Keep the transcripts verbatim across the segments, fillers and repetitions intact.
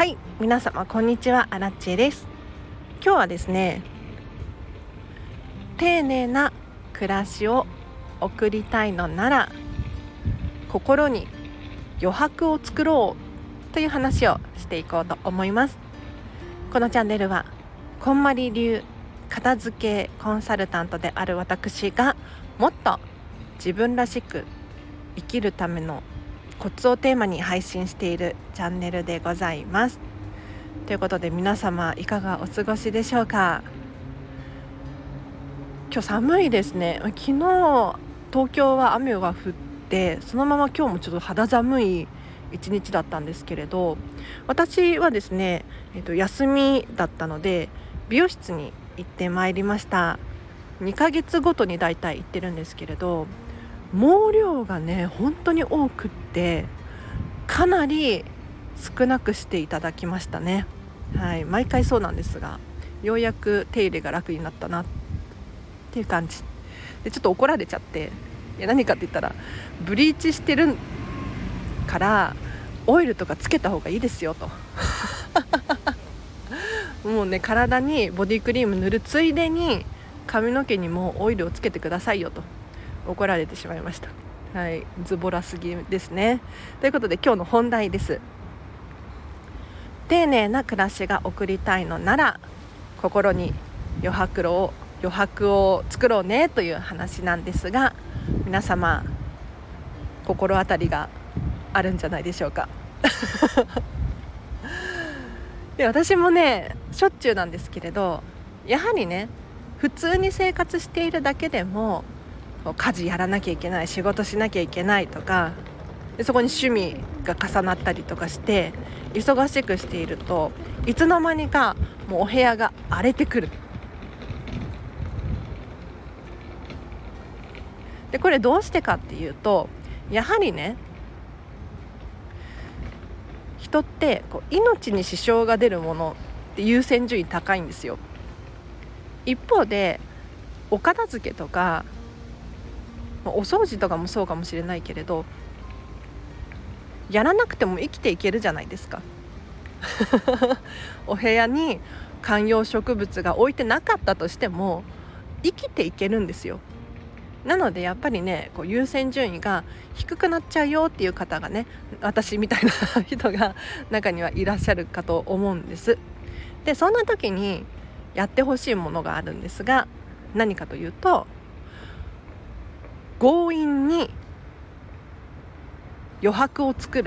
はい、皆様こんにちは、アラッチェです。今日はですね、丁寧な暮らしを送りたいのなら心に余白を作ろうという話をしていこうと思います。このチャンネルはこんまり流片付けコンサルタントである私がもっと自分らしく生きるためのコツをテーマに配信しているチャンネルでございます。ということで皆様いかがお過ごしでしょうか。今日寒いですね。昨日東京は雨が降ってそのまま今日もちょっと肌寒い一日だったんですけれど、私はですね、えっと、休みだったので美容室に行ってまいりました。にかげつごとにだいたい行ってるんですけれど、毛量がね本当に多くってかなり少なくしていただきましたね。はい、毎回そうなんですが、ようやく手入れが楽になったなっていう感じで、ちょっと怒られちゃって、いや何かって言ったらブリーチしてるからオイルとかつけた方がいいですよともうね、体にボディクリーム塗るついでに髪の毛にもオイルをつけてくださいよと怒られてしまいました。はい、ズボラすぎですね。ということで今日の本題です。丁寧な暮らしが送りたいのなら心に余白を余白を作ろうねという話なんですが、皆様心当たりがあるんじゃないでしょうかで、私もねしょっちゅうなんですけれど、やはりね普通に生活しているだけでも家事やらなきゃいけない、仕事しなきゃいけないとかで、そこに趣味が重なったりとかして忙しくしているといつの間にかもうお部屋が荒れてくる。でこれどうしてかっていうと、やはりね人ってこう命に支障が出るものって優先順位高いんですよ。一方でお片付けとかお掃除とかもそうかもしれないけれど、やらなくても生きていけるじゃないですかお部屋に観葉植物が置いてなかったとしても生きていけるんですよ。なのでやっぱりねこう優先順位が低くなっちゃうよっていう方がね、私みたいな人が中にはいらっしゃるかと思うんです。でそんな時にやってほしいものがあるんですが、何かというと強引に余白を作る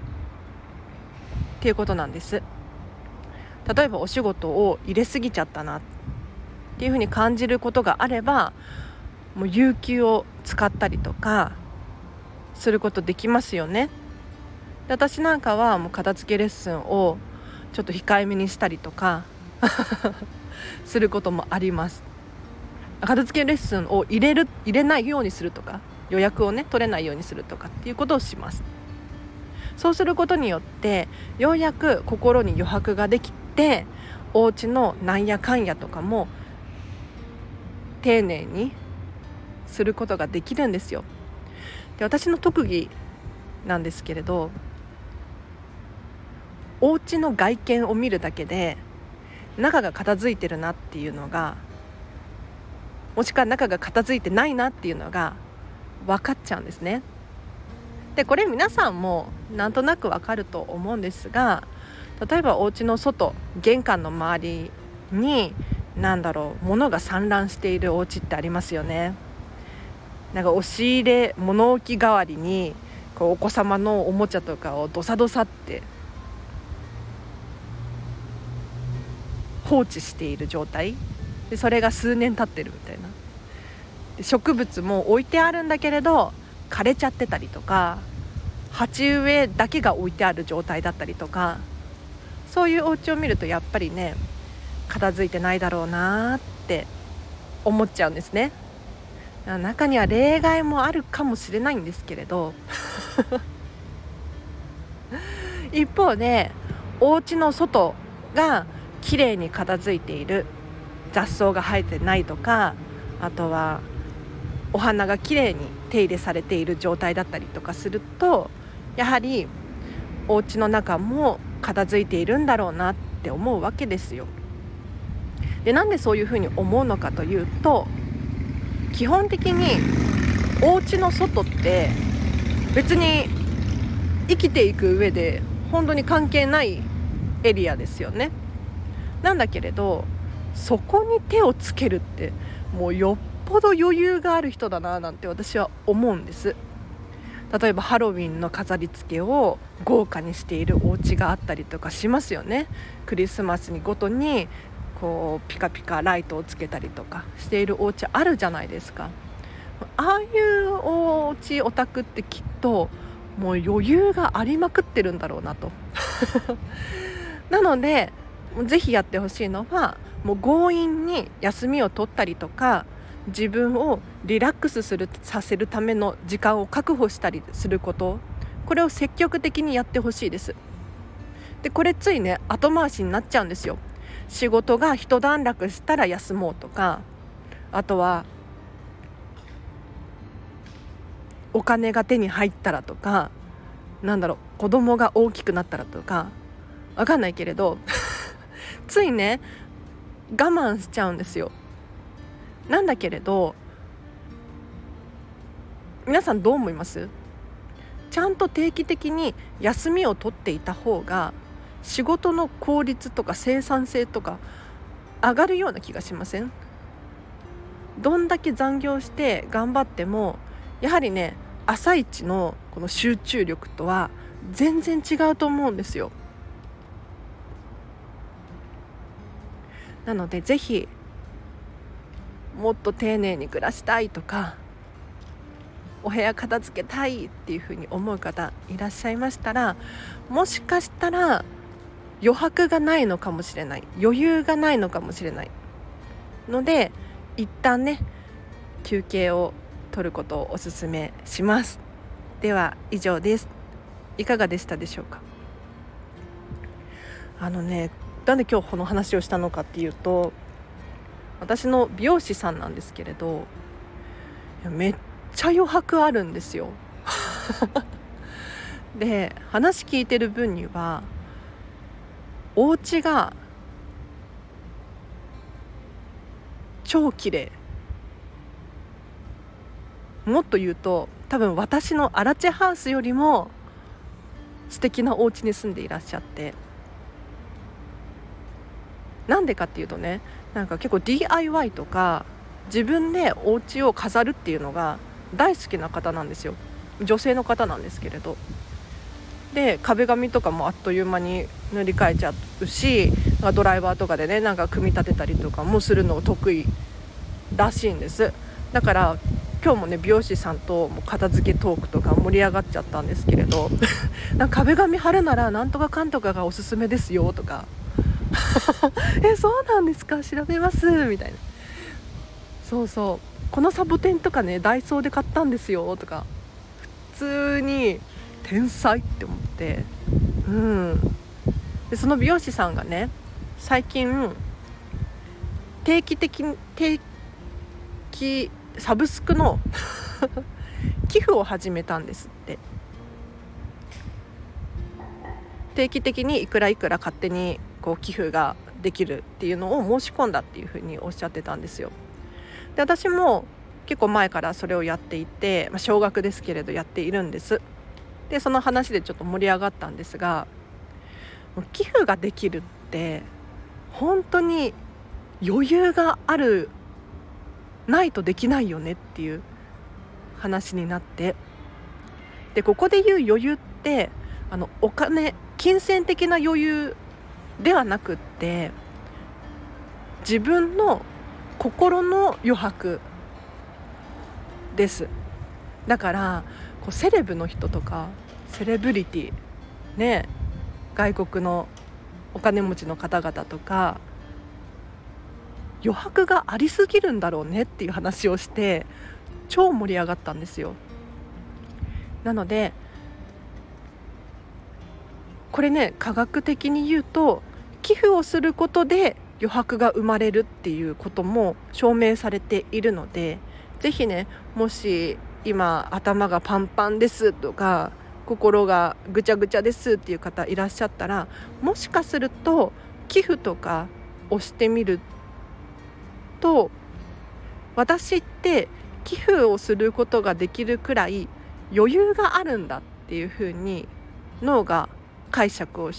っていうことなんです。例えばお仕事を入れすぎちゃったなっていうふうに感じることがあれば、もう有給を使ったりとかすることできますよね。で私なんかはもう片付けレッスンをちょっと控えめにしたりとかすることもあります。片付けレッスンを入れる入れないようにするとか、予約をね取れないようにするとかっていうことをします。そうすることによってようやく心に余白ができて、お家のなんやかんやとかも丁寧にすることができるんですよ。で私の特技なんですけれど、お家の外見を見るだけで中が片付いてるなっていうのが、もしくは中が片付いてないなっていうのが分かっちゃうんですね。でこれ皆さんもなんとなく分かると思うんですが、例えばお家の外、玄関の周りに何だろう物が散乱しているお家ってありますよね。なんか押し入れ物置代わりにこうお子様のおもちゃとかをドサドサって放置している状態で、それが数年経ってるみたいな。で植物も置いてあるんだけれど枯れちゃってたりとか、鉢植えだけが置いてある状態だったりとか、そういうお家を見るとやっぱりね片付いてないだろうなって思っちゃうんですね。中には例外もあるかもしれないんですけれど一方でお家の外がきれいに片付いている、雑草が生えてないとか、あとはお花がきれいに手入れされている状態だったりとかすると、やはりお家の中も片付いているんだろうなって思うわけですよ。で、なんでそういうふうに思うのかというと、基本的にお家の外って別に生きていく上で本当に関係ないエリアですよね。なんだけれど、そこに手をつけるってもうよっぽど余裕がある人だななんて私は思うんです。例えばハロウィンの飾り付けを豪華にしているお家があったりとかしますよね。クリスマスにごとにこうピカピカライトをつけたりとかしているお家あるじゃないですか。ああいうお家お宅ってきっともう余裕がありまくってるんだろうなとなのでぜひやってほしいのは、もう強引に休みを取ったりとか、自分をリラックスするさせるための時間を確保したりすること、これを積極的にやってほしいです。で、これついね後回しになっちゃうんですよ。仕事が一段落したら休もうとか、あとはお金が手に入ったらとか、なんだろう、子供が大きくなったらとかわかんないけれどついね我慢しちゃうんですよ。なんだけれど皆さんどう思います？ちゃんと定期的に休みを取っていた方が仕事の効率とか生産性とか上がるような気がしません？どんだけ残業して頑張ってもやはりね、朝一のこの集中力とは全然違うと思うんですよ。なのでぜひもっと丁寧に暮らしたいとか、お部屋片付けたいっていうふうに思う方いらっしゃいましたら、もしかしたら余白がないのかもしれない、余裕がないのかもしれないので、一旦ね休憩を取ることをお勧めします。では以上です。いかがでしたでしょうか？あのね、なんで今日この話をしたのかっていうと、私の美容師さんなんですけれど、めっちゃ余白あるんですよで、話聞いてる分にはお家が超綺麗、もっと言うと多分私のアラチェハウスよりも素敵なお家に住んでいらっしゃって、なんでかっていうとね、なんか結構 ディーアイワイ とか自分でお家を飾るっていうのが大好きな方なんですよ。女性の方なんですけれど、で壁紙とかもあっという間に塗り替えちゃうし、ドライバーとかでねなんか組み立てたりとかもするの得意らしいんです。だから今日もね美容師さんともう片付けトークとか盛り上がっちゃったんですけれどなんか壁紙貼るならなんとかかんとかがおすすめですよとかえ、そうなんですか、調べますみたいな、そうそう、このサボテンとかねダイソーで買ったんですよとか、普通に天才って思って、うん、でその美容師さんがね最近定期的に定期サブスクの寄付を始めたんですって。定期的にいくらいくら勝手にこう寄付ができるっていうのを申し込んだっていうふうにおっしゃってたんですよ。で私も結構前からそれをやっていて、まあ、少額ですけれどやっているんです。でその話でちょっと盛り上がったんですが、寄付ができるって本当に余裕があるないとできないよねっていう話になって、でここで言う余裕ってあのお金金銭的な余裕ではなくって、自分の心の余白です。だからこうセレブの人とかセレブリティね、外国のお金持ちの方々とか余白がありすぎるんだろうねっていう話をして超盛り上がったんですよ。なのでこれね科学的に言うと寄付をすることで余白が生まれるっていうことも証明されているので、ぜひねもし今頭がパンパンですとか心がぐちゃぐちゃですっていう方いらっしゃったら、もしかすると寄付とかをしてみると、私って寄付をすることができるくらい余裕があるんだっていうふうに脳が解釈をして、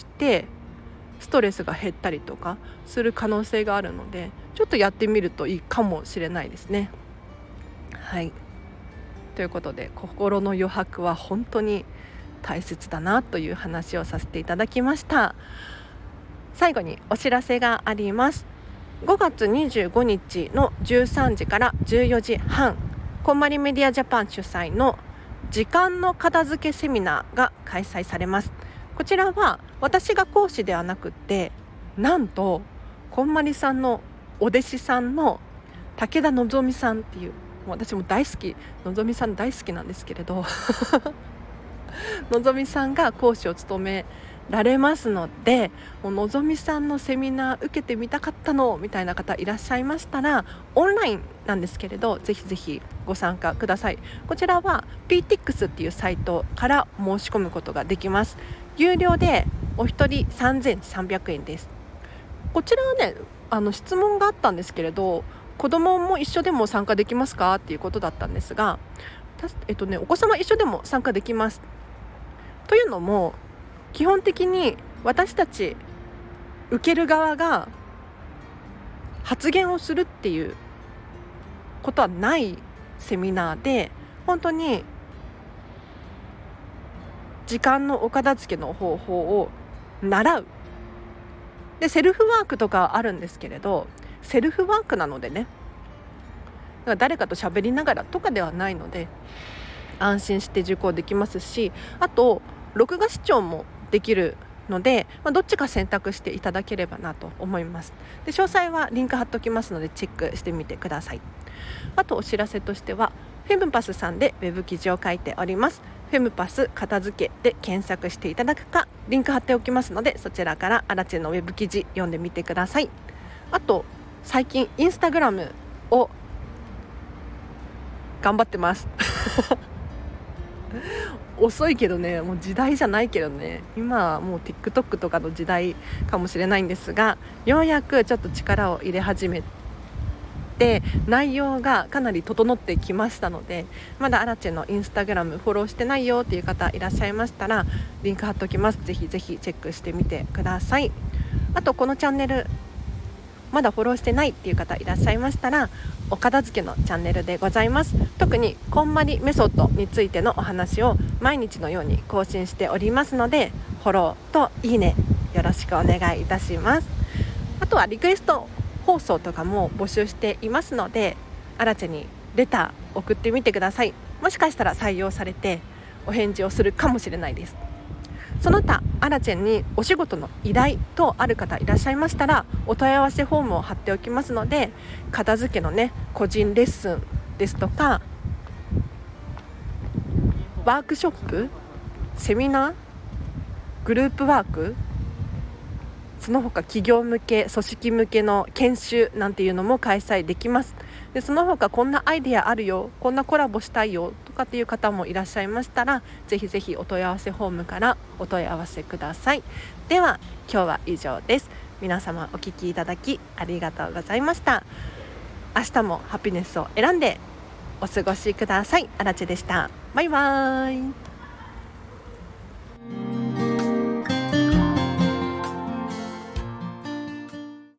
ストレスが減ったりとかする可能性があるので、ちょっとやってみるといいかもしれないですね。はい、ということで、心の余白は本当に大切だなという話をさせていただきました。最後にお知らせがあります。ごがつにじゅうごにちのじゅうさんじからじゅうよじはん、こんまりメディアジャパン主催の時間の片付けセミナーが開催されます。こちらは私が講師ではなくって、なんとこんまりさんのお弟子さんの武田のぞみさんっていう、私も大好き、のぞみさん大好きなんですけれどのぞみさんが講師を務められますので、もうのぞみさんのセミナー受けてみたかったのみたいな方いらっしゃいましたら、オンラインなんですけれど、ぜひぜひご参加ください。こちらは ピーティックス っていうサイトから申し込むことができます。有料でお一人さんぜんさんびゃくえんです。こちらはね、あの質問があったんですけれど、子供も一緒でも参加できますかっていうことだったんですが、えっとね、お子様一緒でも参加できます。というのも、基本的に私たち受ける側が発言をするっていうことはないセミナーで、本当に時間のお片付けの方法を習う。で、セルフワークとかあるんですけれど、セルフワークなのでね、だから誰かと喋りながらとかではないので、安心して受講できますし、あと録画視聴もできるので、まあ、どっちか選択していただければなと思います。で、詳細はリンク貼っておきますのでチェックしてみてください。あとお知らせとしては、フェムパスさんでウェブ記事を書いております。フェムパス片付けで検索していただくか、リンク貼っておきますので、そちらからアラチェのウェブ記事読んでみてください。あと最近インスタグラムを頑張ってます遅いけどね、もう時代じゃないけどね、今はもう TikTok とかの時代かもしれないんですが、ようやくちょっと力を入れ始めて、内容がかなり整ってきましたので、まだアラチェのインスタグラムフォローしてないよっていう方いらっしゃいましたら、リンク貼っておきます。ぜひぜひチェックしてみてください。あとこのチャンネルまだフォローしてないっていう方いらっしゃいましたら、お片付けのチャンネルでございます。特にこんまりメソッドについてのお話を毎日のように更新しておりますので、フォローといいねよろしくお願いいたします。あとはリクエスト放送とかも募集していますので、アラチェにレター送ってみてください。もしかしたら採用されてお返事をするかもしれないです。その他アラチェにお仕事の依頼とある方いらっしゃいましたら、お問い合わせフォームを貼っておきますので、片付けのね個人レッスンですとか、ワークショップ、セミナー、グループワーク、その他企業向け、組織向けの研修なんていうのも開催できます。で、その他こんなアイデアあるよ、こんなコラボしたいよとかっていう方もいらっしゃいましたら、ぜひぜひお問い合わせフォームからお問い合わせください。では今日は以上です。皆様お聞きいただきありがとうございました。明日もハピネスを選んでお過ごしください。アラチェでした。バイバーイ。